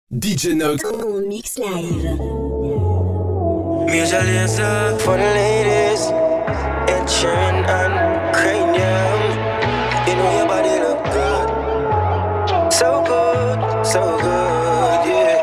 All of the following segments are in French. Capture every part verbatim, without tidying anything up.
D J Nox en mix live. Major laser for the ladies, Ed Sheeran and Cranium. You know your body look good, so good, so good, yeah.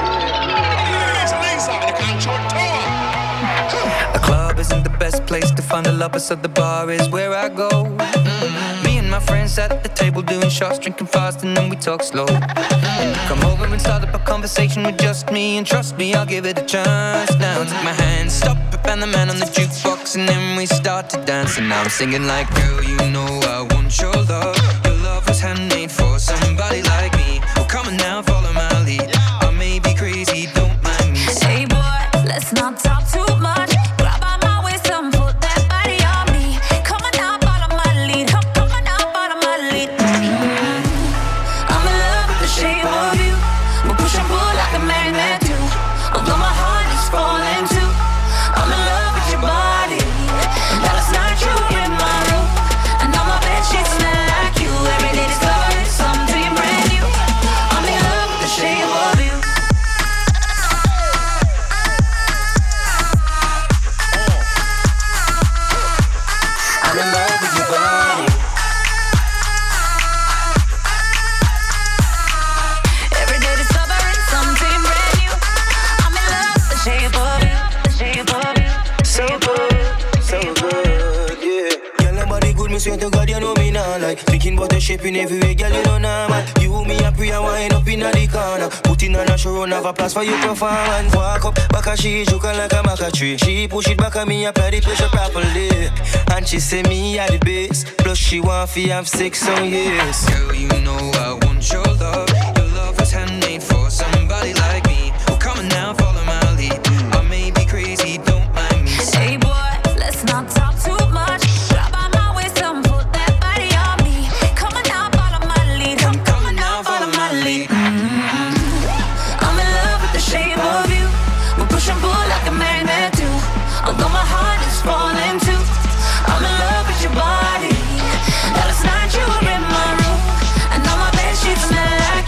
A club isn't the best place to find the lovers, so the bar is where I go. Mm-hmm. Me and my friends sat at the table doing shots, drinking fast, and then we talk slow. And you come over and start up a conversation with just me, and trust me, I'll give it a chance. Now take my hand, stop it, and the man on the jukebox, and then we start to dance. And now I'm singing like, girl, you know I want your love. Your love was handmade for somebody like me. Well, come on now, follow my lead. I may be crazy, don't mind me. Hey boy, let's not talk too much. Grab on my waist and put that body on me. Come on now, follow my lead. Come, come on now, follow my lead. Mm-hmm. I'm in love with the shape of you. We push and pull like a magnet do. Although my heart is falling too. I'm in love with your body. And last night you were in my room, and now my bed sheets smell like you. Every day discovering something brand new. I'm in love with the shape of you. I'm in love with your body. Every day discovering something brand new. I'm in love with the shape of you, the shape of you. So good, so good, yeah. Girl, your body good, me swear to God, you know me now. Like thinking about the shaping everywhere, girl, you know normal. You, me, a pray and wind up in the corner. Putting on a show, have a place for you performance. Walk up, back a she, juke like a maca tree. She push it back at me, apply the pressure properly. And she say me at the base. Plus she want fi have sex, so yes. Girl, you know I want your love. Your love was handmade for somebody like me. Well, come on now, follow my lead. I may be crazy, don't mind me. Hey boy, let's not talk too much. Grab on my waist and put that body on me. Come on now, follow my lead. Come, come on now, follow my lead. Mm-hmm. I'm in love with the shape of you. We push and pull like a magnet do. Although my heart is falling too. I'm in love with your body. Last night you were in my room, and now my bed sheets smell like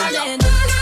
falling.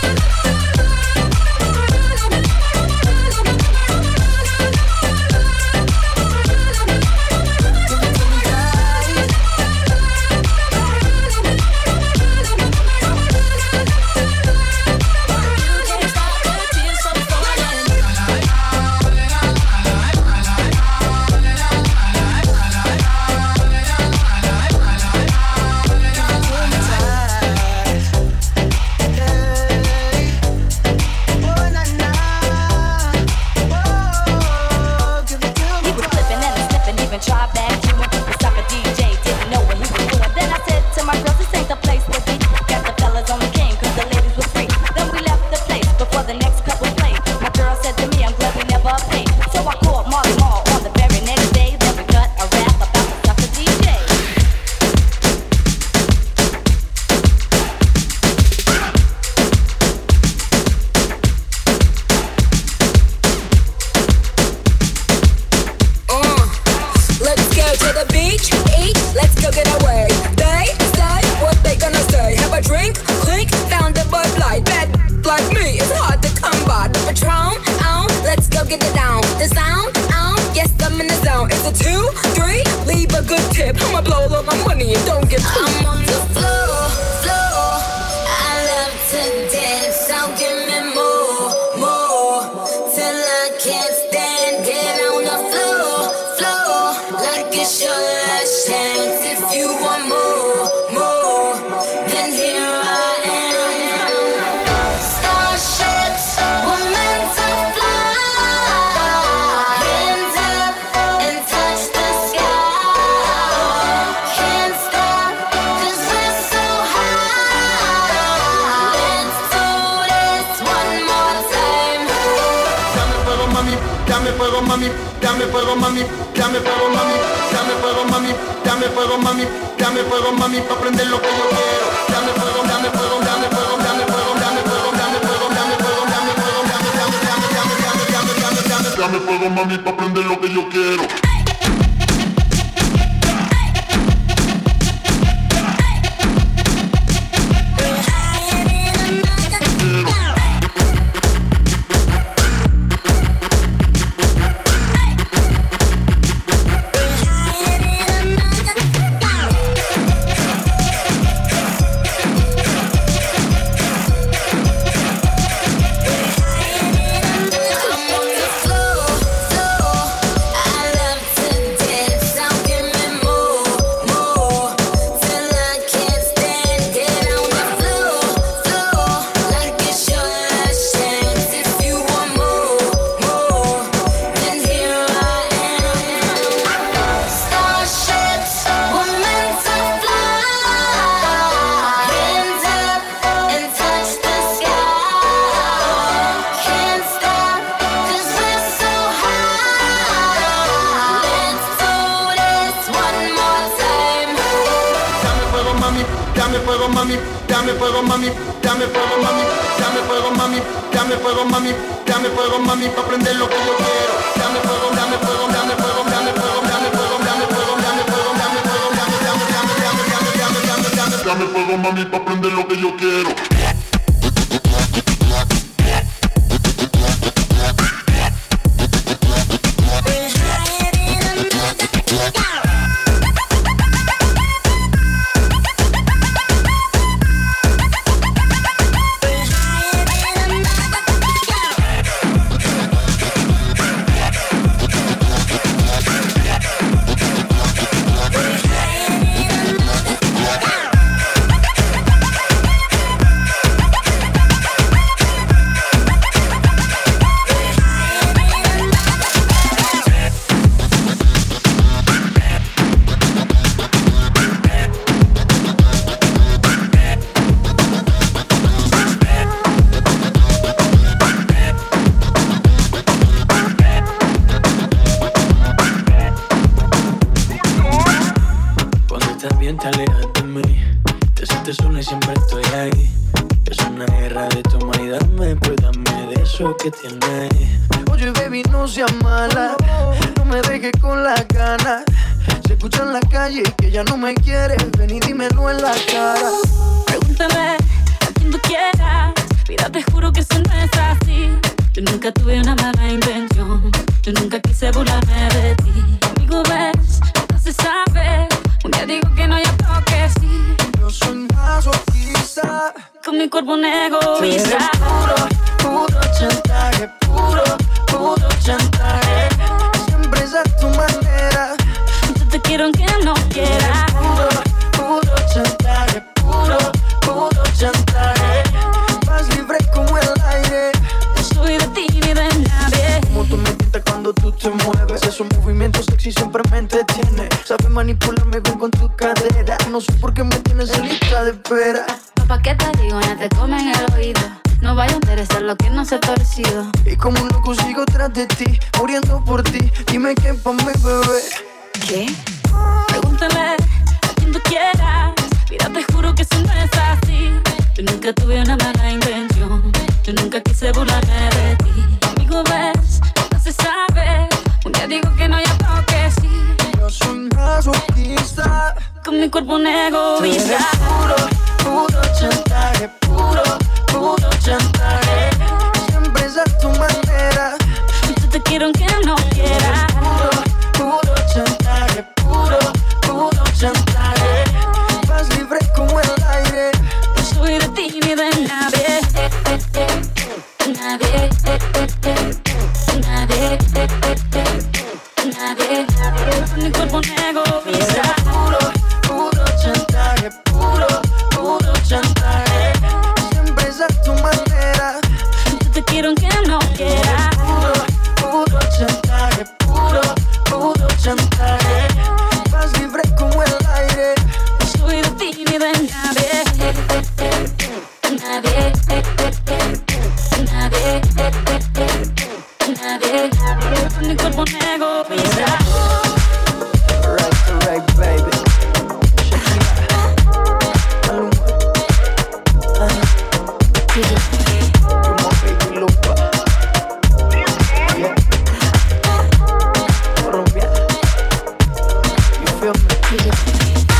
Que tiene. Oye, baby, no seas mala, no me dejes con las ganas. Se escucha en la calle que ya no me quieres, ven y dímelo en la cara. Pregúntame a quien tú quieras. que eso no es así. Yo nunca tuve una mala intención. Yo nunca quise burlarme de ti. Conmigo ves, no se sabe. Un día digo que no, y otro que sí. Yo soy masoquista. Con mi cuerpo un egoísta. Puro, puro chantaje. Puro, puro chantaje. Siempre es a tu manera. Yo te quiero aunque no quieras. Puro, puro chantaje. Puro, puro chantaje. Más libre como el aire. No soy de ti ni de nadie. Como tú me tientas cuando tú te mueves. Esos movimientos sexy siempre me entretiene. Sabes manipularme bien con tu cadera. No sé por qué me tienes en lista de espera. Papá, ¿qué te digo? Ya te comen el oído. No vaya a interesar lo que no se ha torcido. Y como un loco sigo tras de ti, muriendo por ti. Dime qué pa' mi bebé. ¿Qué? Pregúntale a quien tú quieras. Mira, te juro que eso no es así. Yo nunca tuve una mala intención. Yo nunca quise burlarme de ti. Conmigo ves, no se sabe. Un día digo que no, y otro que sí. Yo soy masoquista. Con mi cuerpo un egoísta. Puro, puro chantaje. Puro, puro chantaje. Siempre es a tu manera. Yo te quiero aunque no quieras. Puro, puro chantaje. Puro, puro chantaje. Más libre como el aire. No soy de ti ni de nadie. Nadie. Nadie. Nadie. Con mi cuerpo un egoísta. Puro, puro chantaje. Puro, puro chantaje. Siempre es a tu manera. Yo te quiero aunque no quieras. Puro, puro chantaje. Puro, puro chantaje. Más libre como el aire. No soy de ti ni de nadie. Nadie. Nadie. Nadie. Con mi cuerpo un egoísta. Right, right, baby. Shakira, Maluma, uh, my baby Lupa. Yeah. Colombia. You feel me?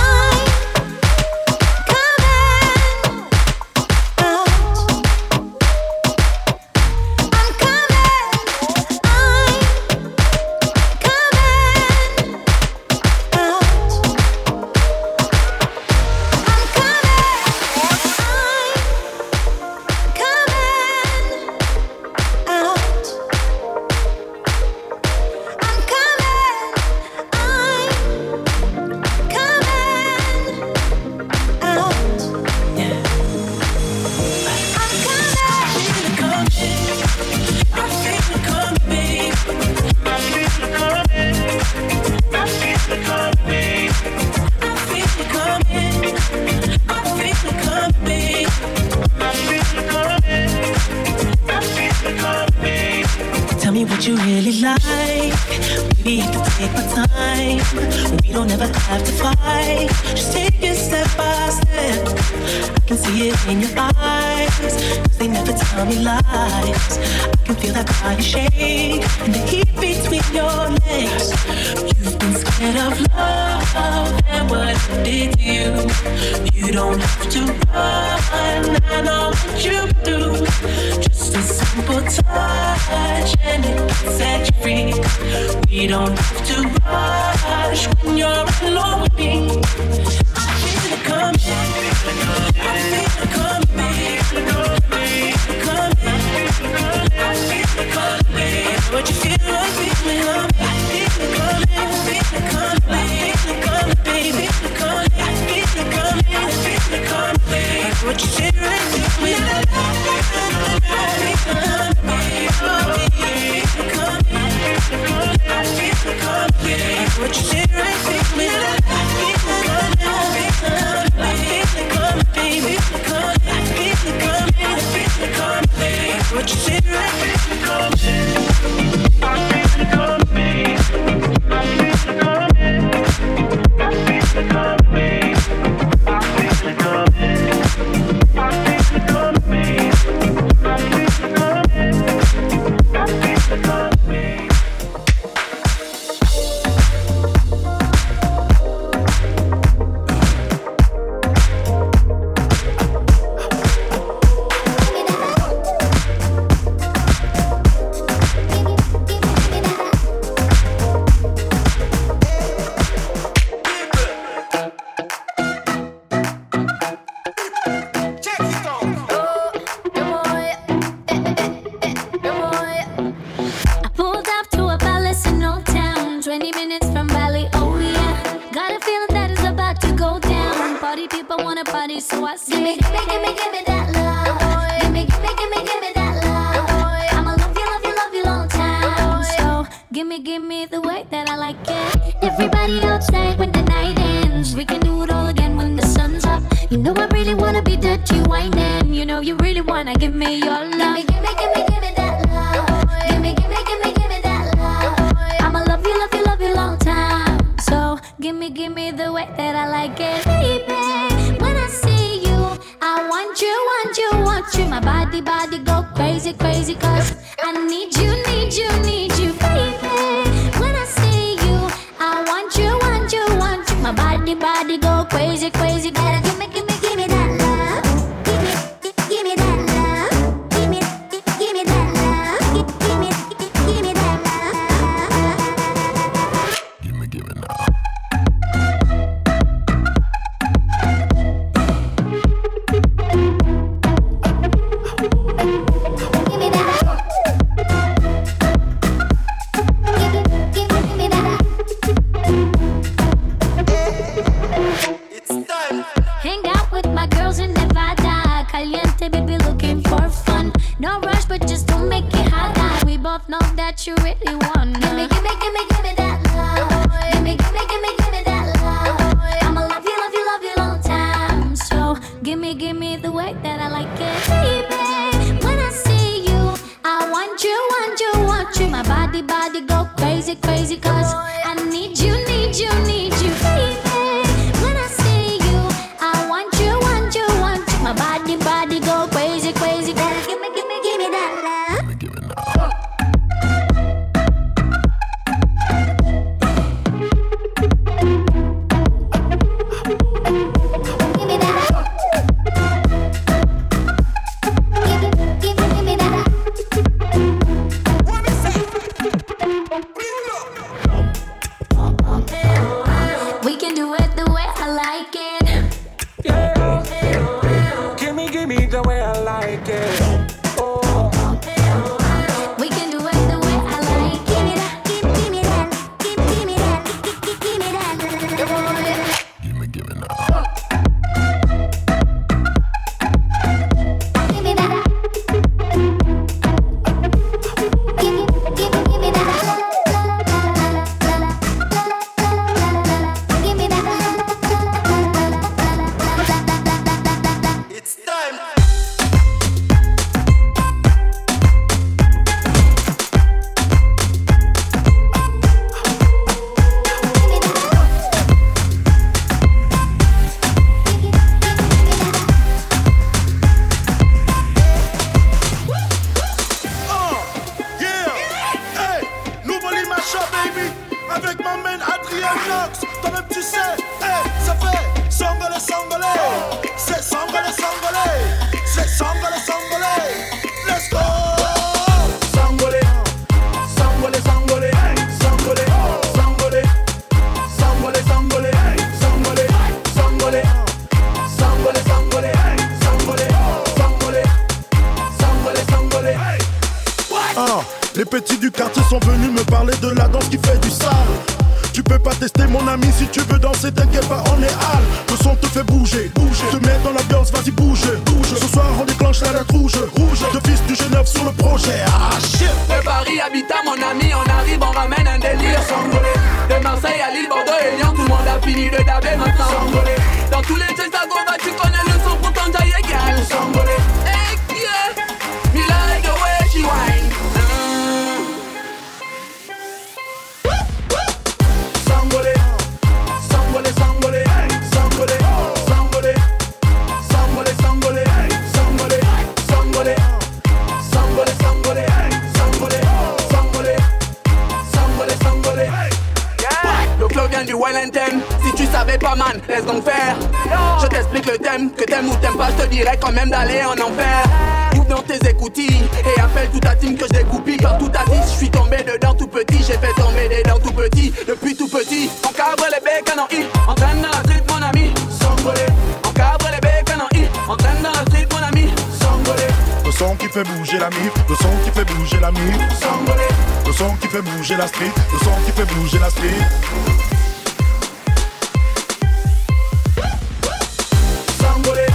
Tell me what you really like. Maybe I can take my time. We don't ever have to fight. Just take it step by step. I can see it in your eyes, 'cause they never tell me lies. I can feel that body shake and the heat between your legs. You've been scared of love and what it did to you. You don't have to run, I know what you do. Just a simple touch and it can set you free. We don't have to rush when you're alone with me. I feel it coming, I feel it coming, I feel it coming, I feel it coming. What you feel, I feel it coming, I feel it coming, I feel it coming, I feel it coming, baby, I feel it coming, I feel it coming, I feel it coming. What you feel, I feel it coming. What you say right with me? I feel it coming, I feel it coming, baby. I feel it coming, I feel it coming. What you say right with me? I feel it coming, baby. I feel it coming, I feel it coming, I feel it coming. nobody, so I say, gimme, gimme, gimme, gimme that love. Gimme, gimme, gimme, gimme that love. I'ma love you, love you, love you long time. So gimme, gimme the way that I like it. Everybody outside when the night ends. We can do it all again when the sun's up. You know I really wanna be dirty whining. You know you really wanna give me your love. Gimme, gimme, gimme, gimme that love. Gimme, gimme, gimme, gimme that love. I'ma love you, love you, love you long time. So gimme, gimme the way that I like it. Baby, when I see you, I want you, want you, want you. My body, body go crazy, crazy. Cause I need you, need you, need you. Baby, when I see you, I want you, want you, want you. My body, body go crazy, crazy. Gotta give me, give me, give me that love. Give me, give me that love. Give me, give me that love. Give me, give me that love. Give me, give me now. Give me that. Give, give, give me that. It's time. Hang out with my girls in Nevada. Caliente, baby, looking for fun. No rush, but just don't make it hot. We both know that you really wanna. Gimme, gimme, gimme, gimme that love. Gimme, gimme, gimme, gimme that love. I'ma love you, love you, love you long time. So gimme, gimme the way that I like it. Baby, when I see you, I want you, want you, want you. My body, body go crazy, crazy. Cause I need you, need you, need you. Baby, when I see you, I want you, want you, want you. My body, body go crazy, crazy. Gotta give me, give me, give me that love. Give me, give me now. Give me that. Give, give, give, give me that. We can do it the way I like it. Gimme, gimme the way I like it. Oh, We can do it the way I like it. Give me that. Give, give me that. Give, give me that. Give, give, give me that. Give me, give me now. Give me that. Give, give, give me that. Give me that. It's time. Yeah, hey, nouveau Limacha baby, avec ma main Adrien Knox. Toi-même tu sais, hey, ça fait sangolé, sangolé. C'est sangolé, sangolé. C'est sangolé, sangolé. Let's go. Sangolé, sangolé, sangolé, sangolé, sangolé, sangolé, sangolé, sangolé, sangolé, sangolé, sangolé, sangolé, sangolé, sangolé, sangolé. Ah, les petits du quartier sont venus me parler de la danse qui fait du sale. Tu peux pas tester mon ami, si tu veux danser, t'inquiète pas, on est hal. Le son te fait bouger, bouger. Te mets dans l'ambiance, vas-y bouge, bouge. Ce soir on déclenche la lettre rouge, rouge. De fils du Genève sur le projet, ah shit. De Paris, Habitat, mon ami, on arrive, on ramène un délire. Sangolé. De Marseille à Lille, Bordeaux et Lyon, tout le monde a fini de daber maintenant. Sangolé. Dans tous les gestes à combat, tu connais le son, pourtant taille égale. Sangolé. Hey, yeah. Me like the way she whine. Sangolé, sangolé, sangolé, sangolé, sangolé, sangolé, sangolé, sangolé, sangolé, sangolé, sangolé, sangolé, sangolé, sangolé, sangolé. Le club vient du Wellington. Si tu savais pas, man, laisse donc faire. Je t'explique le thème, que t'aimes ou t'aimes pas, je te dirais quand même d'aller en enfer. Ouvre dans tes écoutilles et appelle toute ta team que je dégoupille. Quand tout a dit, je suis tombé dedans tout petit. J'ai fait tomber des dents tout petit, depuis tout petit. On cabre les bécanes en I, entraîne dans la street mon ami. Sangolé. On cabre les bécanes en I, entraîne dans la street mon ami. Sangolé. Le son qui fait bouger la mif, le son qui fait bouger la mif. Sangolé. Le son qui fait bouger la street, le son qui fait bouger la street. Sangolé,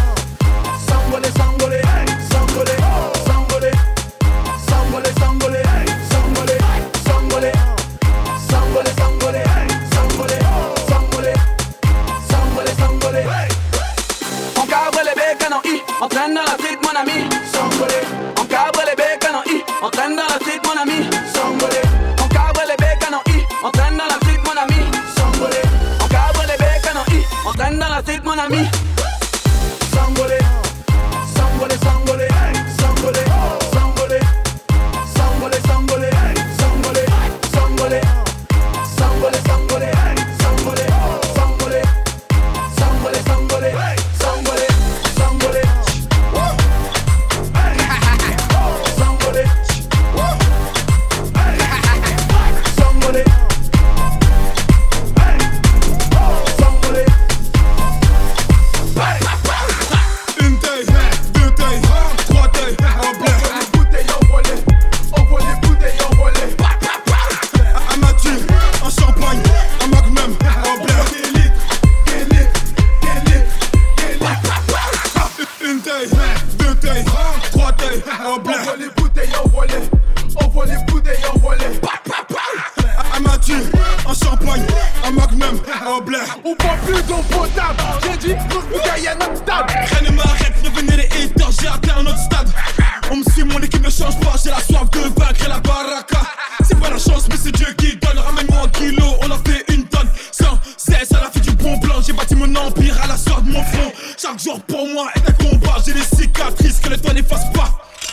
traîne dans la street, mon ami. S'envoler. On cabre les bécanes en I. On traîne dans la street, mon ami. S'envoler. On cabre les bécanes en I. On traîne dans la street, mon ami. S'envoler. On cabre les bécanes en I. On traîne dans la street, mon ami. S'envoler. S'envoler, s'envoler. S'envoler. S'envoler. S'envoler, s'envoler. S'envoler. S'envoler. S'envoler, s'envoler. S'envoler. S'envoler. S'envoler, s'envoler. S'envoler. S'envoler. S'envoler. S'envoler. S'envoler. Une taille, deux tailles, trois tailles, un blé. Les bouteilles envolées, envoie les bouteilles envolées. Un Mathieu, un champagne, un magnum, un blé. Une taille, deux tailles, trois tailles, un blé. Envoie les bouteilles envolées, envoie les bouteilles envolées. Un Mathieu, un champagne, un magnum, un blé. On boit plus d'eau potable, j'ai dit grosse bouteille à notre table. Rien ne m'arrête, revenez les haters, j'ai atteint un autre stade. On me suit, mon équipe ne change pas, j'ai la soif de vaincre et la baraka. C'est pas la chance, mais c'est Dieu qui donne. Ramène-moi un kilo, on a fait une tonne. Sans cesse, à la fille du bon plan, j'ai bâti mon empire à la sueur de mon front. Chaque jour pour moi est un combat, j'ai des cicatrices que le toit n'efface pas.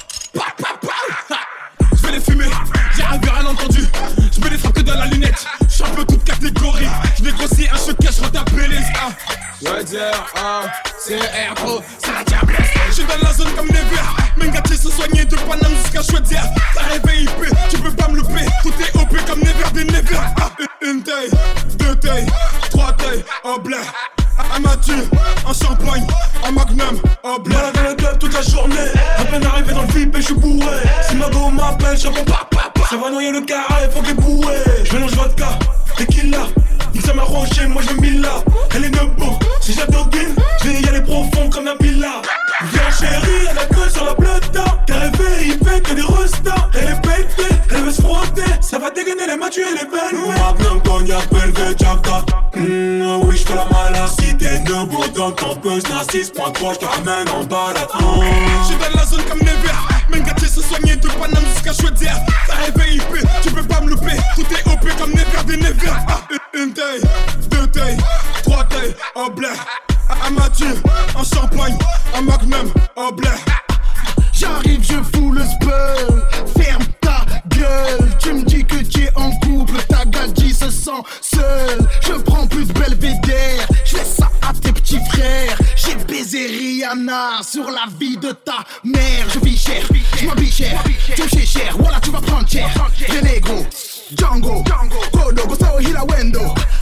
Je vais les fumer, j'ai rêvé rien entendu. Je mets les frappes que dans la lunette, je suis un peu toute catégorie. Je vais grossir un choquet, je retaper les A. Je veux dire, ah, c'est R O, c'est la diablesse. Je suis dans la zone comme Never. Mes gâtés sont soignés de Paname jusqu'à Chouette-Dière. T'as rêvé I P, tu peux pas me louper. Tout est O P comme Never des Never. Ah, une taille, deux tailles, trois tailles, un blé. Un Mathieu, un champagne, un magnum, un blé. Malade dans le club toute la journée. À peine arrivé dans le V I P, je suis bourré. Si ma go m'appelle, je réponds pas, pas, pas. Ça va noyer le carré, faut que les bourrés. Je mélange vodka, tequila. Une ça m'a roché, moi je mets là. Elle est nebo, si j'adoguine, je vais y aller profond comme un pila. Viens chérie, elle a que sur la plata. T'es rêvé, il fait que des restas. Elle est pétée, elle veut se frotter. Ça va dégainer les matchs et les belles. Magnum, cognac, Belvé, Jacta. Mmh, oui, j'fais la malade. Si t'es debout dans ton buzz, n'a six point trois, j'te ramène en balade. Mmh. J'suis dans la zone comme Never. Mes gâtés sont soignés de Paname jusqu'à Chouette-Dière. T'as rêvé I P, tu peux pas me louper. Tout est O P comme Never des Never. Ah, une taille, deux tailles, trois tailles, un blé. Un Mathieu, un champagne, un magnum, un blé. J'arrive, je fous le spell. Ferme ta gueule. Tu me dis que tu es en couple, ta gadji se sent seule. Je prends plus de Belvédère, je laisse ça à tes petits frères. J'ai baisé Rihanna sur la vie de ta mère. Je vis cher, je m'habille cher. Tu me cher, cher, voilà tu vas prendre cher. Renegro, Django, Kodo, Gustavo Hilawendo.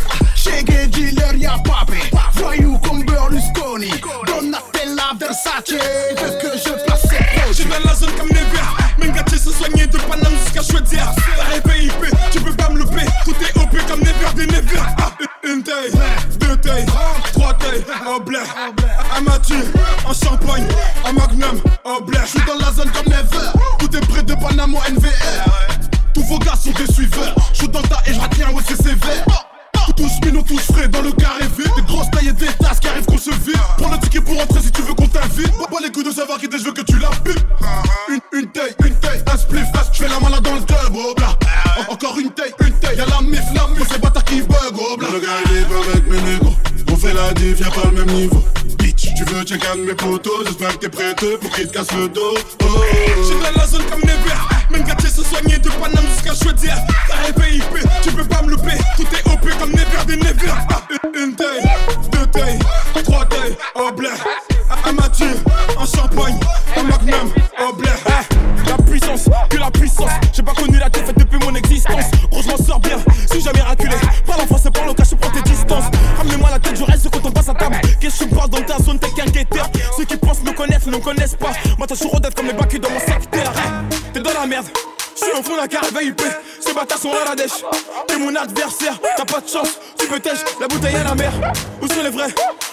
Shege, dealer, y'a papé. Voyou comme Berlusconi. Donatella, Versace. Veux que je place ces projets. J'suis dans la zone comme Never. Mes gâtés sont soignés de Paname jusqu'à Chouette-Dière. T'as rêvé I P, tu peux pas me louper. Tout est O P comme Never des Never. Ah, une taille, deux tailles, trois tailles, un blé. Un Mathieu, un champagne, un magnum, un blé. J'suis dans la zone comme Never. Tout est près de Panama N V R. Tous vos gars sont des suiveurs. J'suis dans ta et j'rate rien, ouais c'est sévère. Tous minous, tous frais dans le carré vide. Des grosses tailles et des tasses qui arrivent qu'on se vide. Prends le ticket pour rentrer si tu veux qu'on t'invite. Pas les coups de savoir qui t'es, je veux que tu la piques. Une, une taille, une taille, un spliff, j'fais la malade dans le club, oh bla. En- Encore une taille, une taille, y'a la mif, la mif, c'est bâtard qui bug, oh bla. Le gars il est avec mes négros. On fait la diff, y'a pas le même niveau. Bitch, tu veux check un de mes potos. J'espère que t'es prête pour qu'il te casse le dos. Oh. J'suis dans la zone comme Never. Mes gâtés sont soignés de Paname jusqu'à Chouette-Dière. T'as rêvé I P, tu peux pas me louper. Tout est O P comme Never des Never. Ah, une, une taille, deux tailles, trois tailles, un blé. Un Mathieu, un champagne, un magnum, un blé. La puissance, que la puissance. J'ai pas connu la défaite depuis mon existence. Gros, je m'en sors bien, si jamais raculé. Par l'enfance et par le cache, prends tes distances. Ramenez-moi la tête du reste quand on passe à table. Qu'est-ce que je parle dans ta zone, t'es qu'un guetteur. Ceux qui pensent me connaissent, ne me connaissent pas. Moi, t'as toujours rodette comme les bacs dans mon secteur. T'es dans la merde. J'suis au fond d'un carré V I P, ces bâtards sont à la dèche. T'es mon adversaire, t'as pas de chance, tu peux tèche, la bouteille à la mer. Où sont les vrais?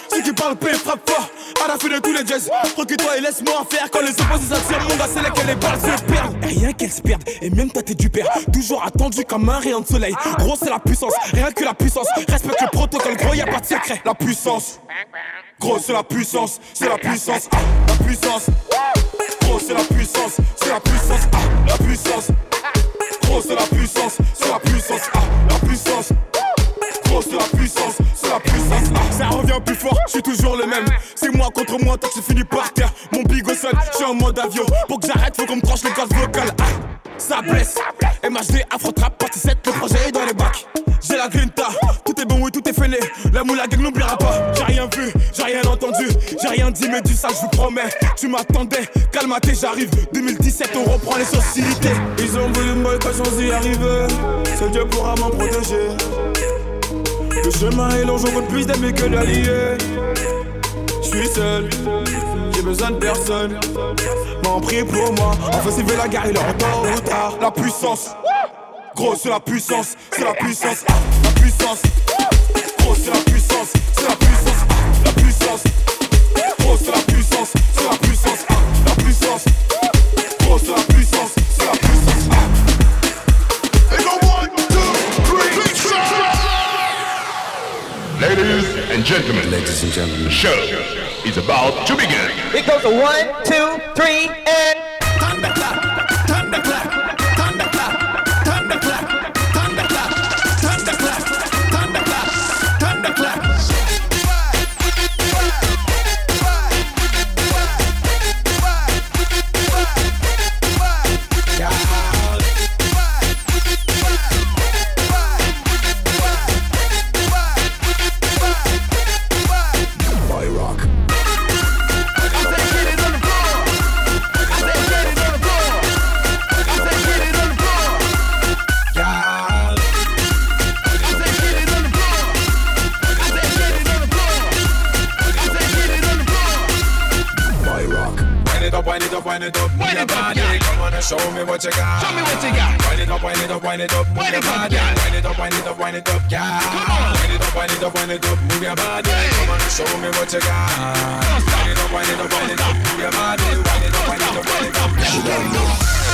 Ceux qui parlent paix frappe fort. À la fin de tous les jazz, recule-toi et laisse-moi faire. Quand les opposés s'attirent, mon gars, c'est là que les balles se perdent. Et rien qu'elles se perdent, et même toi t'es du père. Toujours attendu comme un rayon de soleil. Gros, c'est la puissance, rien que la puissance. Respecte le protocole, gros, y'a pas de secret. La puissance, gros, c'est la puissance, c'est la puissance, ah, la puissance. Gros, c'est la puissance, c'est la puissance, ah, la puissance. Gros, c'est la puissance, c'est la puissance, ah, la puissance. Gros, c'est la puissance, c'est la puissance, ah. Ça revient plus fort, je suis toujours le même. C'est moi contre moi, tant que c'est fini par terre. Mon big au sol, je suis en mode avion. Pour que j'arrête, faut qu'on me tranche les gaz vocales, ah. Ça blesse, M H D, Afro Trap, partie sept, le projet est dans les bacs. J'ai la grinta, tout est bon, oui, tout est fêlé. La moula gang n'oubliera pas. J'ai rien vu, j'ai rien entendu, j'ai rien dit, mais du ça, je vous promets. Tu m'attendais, calme-toi, j'arrive. deux mille dix-sept, on reprend les sociétés. Ils ont voulu me pas sans y arriver. Seul Dieu pourra m'en protéger. Le chemin est long, j'en compte plus d'amis que d'alliés. J'suis seul, j'ai besoin de personne. M'en prie pour moi, enfin s'il veut la gare, il est en tôt ou tard. La puissance, gros c'est la puissance, c'est la puissance, ah, la puissance. Gros c'est la puissance, c'est la puissance, ah, la puissance. Gros c'est la puissance, c'est la puissance, ah, la puissance. Gros c'est la puissance, c'est la puissance, ah. Et go one, two, three, big shot. Ladies and gentlemen, ladies and gentlemen, the show is about to begin. It goes a one, two, three, and thunderclap, thunderclap, thunderclap, thunderclap, thunderclap, thunderclap, thunderclap, thunderclap. Wind it up, wind it up, yeah. Come on and show me what you got. Show me what you got. Wind it up, wind it up, wind it up, move your body. Wind it up, wind it up, wind it up, yeah. Come on. Wind it up, wind it up, wind it up, move your body. Come on and show me what you got. Wind it up, wind it up, wind it up, move your body. Wind it up, wind it up, wind it up, yeah. She don't know.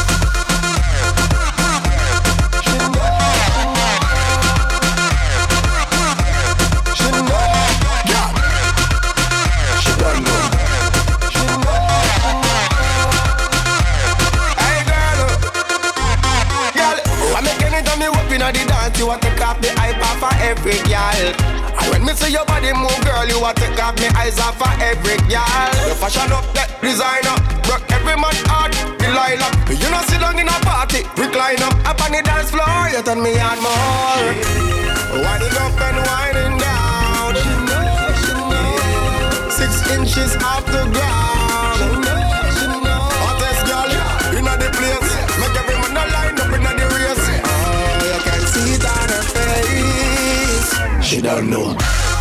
You want to take off the eye off of every girl. And when me see your body move, girl, you want to take off me eyes off of every girl. You fashion up that designer, rock every man heart, Delilah. You know sit down in a party, recline up, up on the dance floor, you turn me on more. Winding up and winding down. She knows, she knows. Six inches off the ground. She knows, she knows. Hottest girl, inna the place, make every man a line up inna the race. See it on her face. She don't know.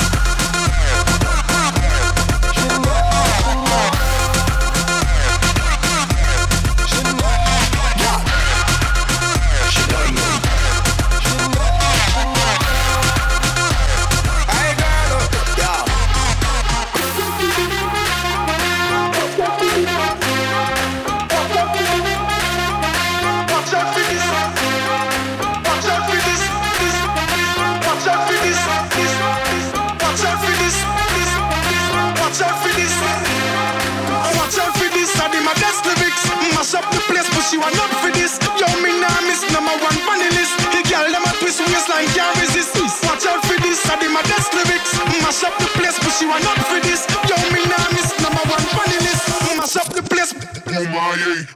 She want up for this. Yo, me nah miss number one funny list. The girl them a twist waistline can't resist. Watch out for this. I did my best lyrics. Mash up the place, but she want up for this. Yo, me nah miss number one funny list. Mash up the place. Oh my yeah.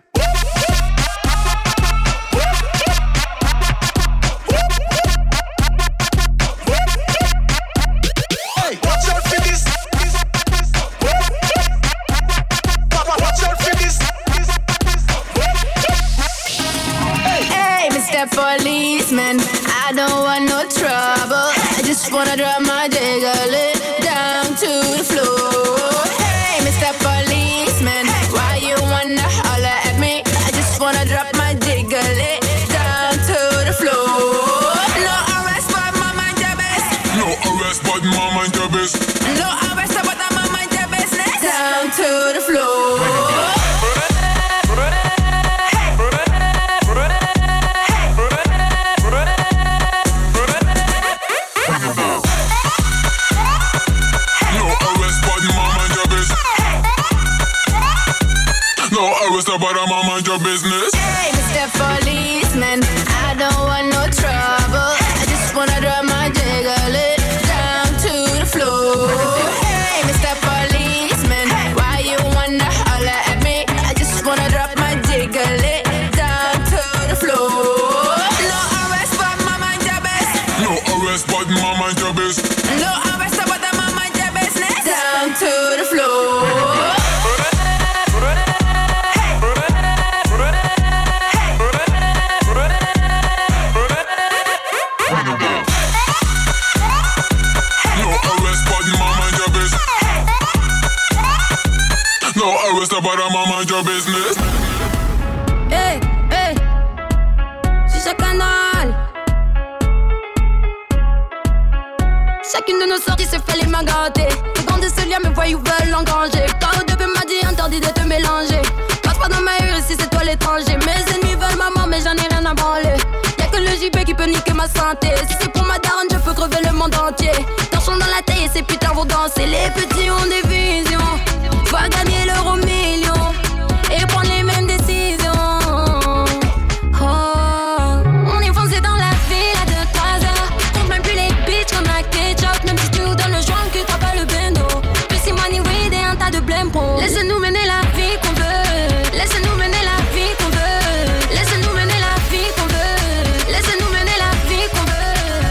Policeman, I don't want no trouble. I just wanna drop my jiggle down to the floor. Hey, Mister Policeman, why you wanna holler at me? I just wanna drop my jiggle down to the floor. No arrest, but my mind your best. No arrest, but my mind your best. No arrest, but No arrest about a man, mind your business. Hey, Mister Policeman, I don't want no trouble. I just wanna drop my jiggle it down to the floor. Hey, Mister Policeman, why you wanna holler at me? I just wanna drop my jiggle it down to the floor. No arrest, but my mind your business. No arrest, but my mind your business. No arrest, but my mind your business. Down to the floor. About a man, mind your business. Hey, hey, c'est ce canal. Chacune de nos sorties se fait les mains gâtées. Les gants de ce lien, mes voyous veulent engranger. Car au début m'a dit interdit de te mélanger. Passe pas dans ma rue si c'est toi l'étranger. Mes ennemis veulent ma mort mais j'en ai rien à branler. Y'a que le J B qui peut niquer ma santé. Si c'est pour ma daronne je peux crever le monde entier. Torchons dans la taille et ces putains vont danser. Les petits ont des visions. Faut gagner l'euro million et prendre les mêmes décisions. Oh, on est foncé dans la ville à deux trois heures. Compte même plus les bitches qu'on a ketchup. Même si tu nous donnes le joint que t'as pas le bendo. Plus si money weed et un tas de blême pro. Laisse-nous mener la vie qu'on veut. Laisse-nous mener la vie qu'on veut. Laisse-nous mener la vie qu'on veut. Laisse-nous mener la vie qu'on veut.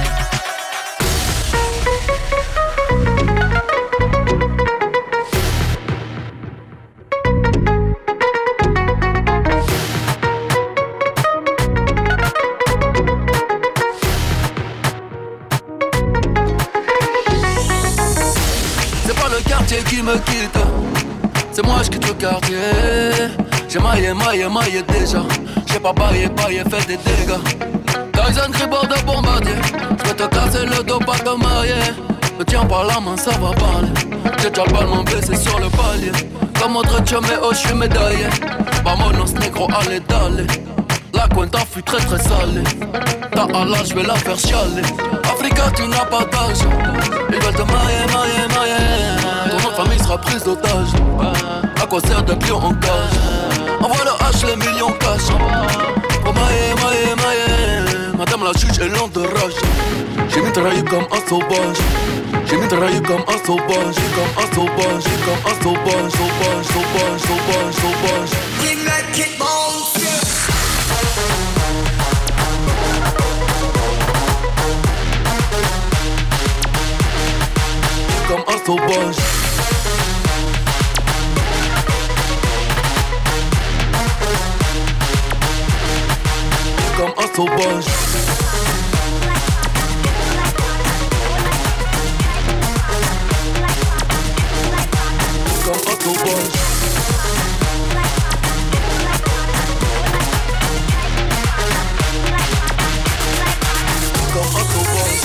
Qui me quitte, c'est moi je quitte le quartier. J'ai maillé, maillé, maillé déjà. J'ai pas baillé, baillé, fait des dégâts. Tyson Gribord de bombardier. J'vais te casser le dos, pas te marier. Me tiens par la main, ça va parler. J'ai déjà le ballon baissé sur le palier. Comme autre chum et oh, j'suis médaillé. Vamonos négro, allez, d'aller. La cuenta fut très très salée. Ta Allah, j'vais la faire chialer. Africa, tu n'as pas d'âge. Ils veulent te marier, marier, marier. Ton nom de famille sera prise d'otage. À quoi sert d'être lion en cage? Envoie le H, les millions cash. Oh maille, maille, maille. Madame la juge est lente de rage. J'ai mitraillé comme un sauvage. J'ai mitraillé comme un sauvage. Comme un sauvage, comme un sauvage. Sauvage, sauvage, sauvage, sauvage. Bring that kick bones. Comme un sauvage. Comme un sauvage. Comme un sauvage. Comme un sauvage.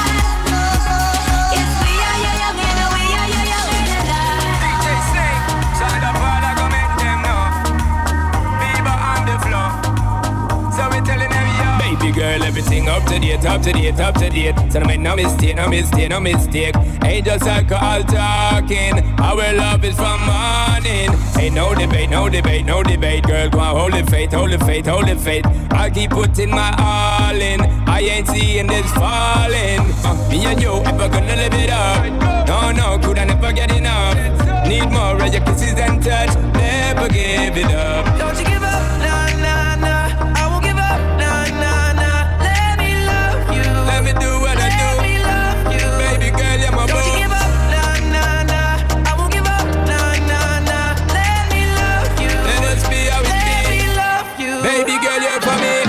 Girl, everything up to date, up to date, up to date. So no make no mistake, no mistake, no mistake. Ain't just alcohol talking. Our love is from morning. Ain't no debate, no debate, no debate. Girl, go on, hold the faith, hold the faith, hold the faith. I'll keep putting my all in. I ain't seeing this falling. Uh, me and you ever gonna live it up? No, no, could I never get enough? Need more of your kisses and touch. Never give it up. Don't you give up, nah, nah, nah. I won't give up, nah, nah, nah. Let me love you. Let me do what I do. Let me love you. Baby girl, you're my boo. Don't you give up, nah, nah, nah. I won't give up, nah, nah, nah. Let me love you. Let us be how it Let be. me love you. Baby girl, you're for me.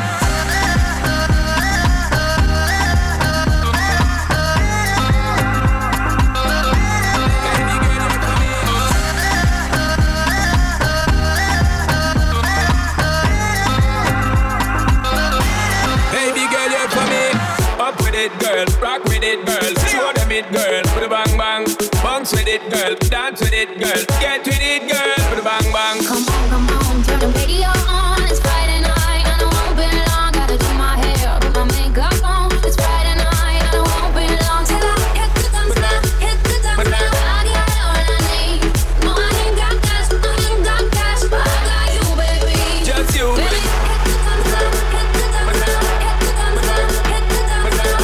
Girl, rock with it, girl. Show them it, girl. Put a bang bang. Bounce with it, girl. Dance with it, girl. Get with it, girl. Put a bang bang. Come on, come on, turn the radio on. It's Friday night and I won't be long. Gotta do my hair, put my makeup on. It's Friday night and I won't be long till I hit the dance floor, hit the dance floor. I got all I need. No, I ain't got cash, I ain't got cash, but I got you, baby. Just you, baby. Hit the dance floor, hit the dance floor, hit the dance floor, hit the dance floor.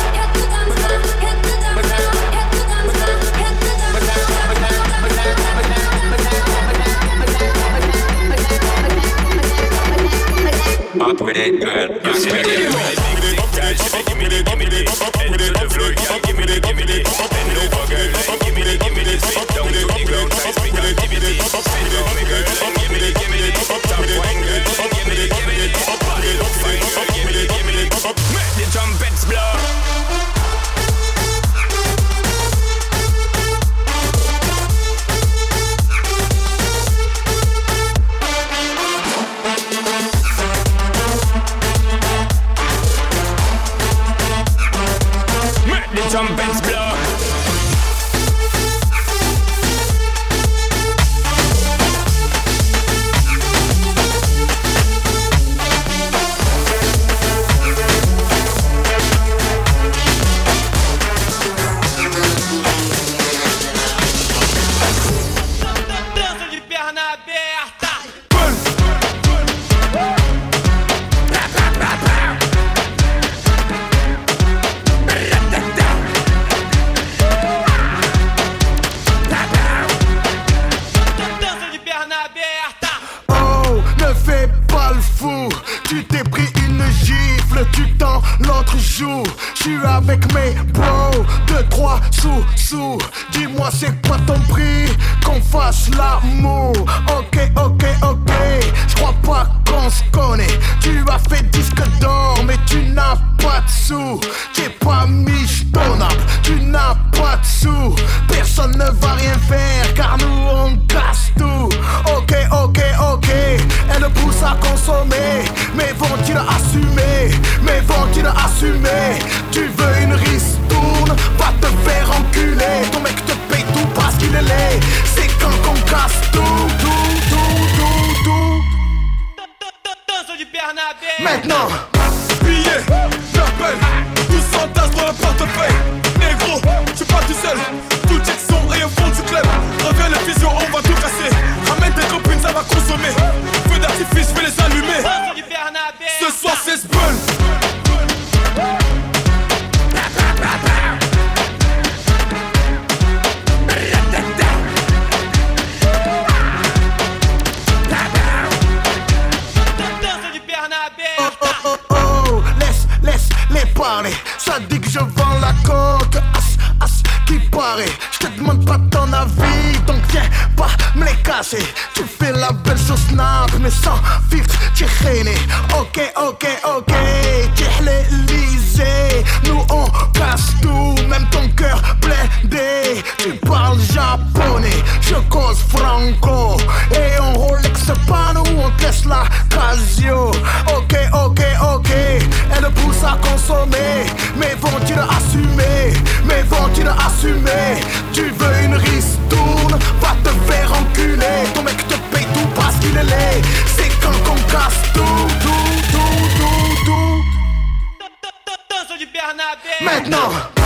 Up with it, girl. Up with it, girl. Give me the, give me the, and to the floor, girl. Give me the, give me the, bend over, girl. Give me the, give me the, sit down to the ground. Size me, girl. Give me the, sit down, me girl. Give me the, give me the, top wine, girl. Give me the, give me the, body look fine, girl. Give me the, give me the, make the trumpets blow. Trumpets blow. Dança de perna aberta. pris une gifle, tu tends l'autre joue. J'suis avec mes bros, deux, trois sous, sous. Dis-moi c'est quoi ton prix, qu'on fasse l'amour. Ok, ok, ok, j'crois pas qu'on se connaît. Tu as fait disque d'or, mais tu n'as pas de sous. T'es pas michetonnable, tu n'as pas de sous. Personne ne va rien faire, car nous on casse tout. Ok, ok, ok, elle pousse à consommer. Mais vont-ils assumer, mais vont-ils assumer. Tu veux une ristourne, va te faire enculer. Ton mec te paye tout parce qu'il est laid. C'est quand qu'on casse tout, tout, tout, tout, tout. Maintenant Billets, j'appelle, tous s'entassent dans le portefeuille. Négro, j'suis pas tout seul, tout check son et au fond du club. Reviens les visions, on va tout casser. Ramène tes copines, ça va consommer. Feux d'artifice, fais les allumer. Ce soir c'est Sbull. Parler. Ça dit que je vends la coque, as, as, qui paraît. Je te demande pas ton avis, donc viens pas me les casser. Tu fais la belle sur Snap, mais sans filtre, tu rené. Ok, ok, ok, tu l'Élysée. Nous on casse tout, même ton cœur blindé. Tu parles japonais, je cause franco. Et on Rolex pas nous, on te laisse la Casio. Ok, ok, ok, elle pousse à consommer. Mais vont-ils assumer, mais vont-ils assumer. Tu veux une ristourne, va te faire enculer. Ton mec te paye tout parce qu'il est laid. C'est quand qu'on casse tout, tout, tout, tout, tout. Maintenant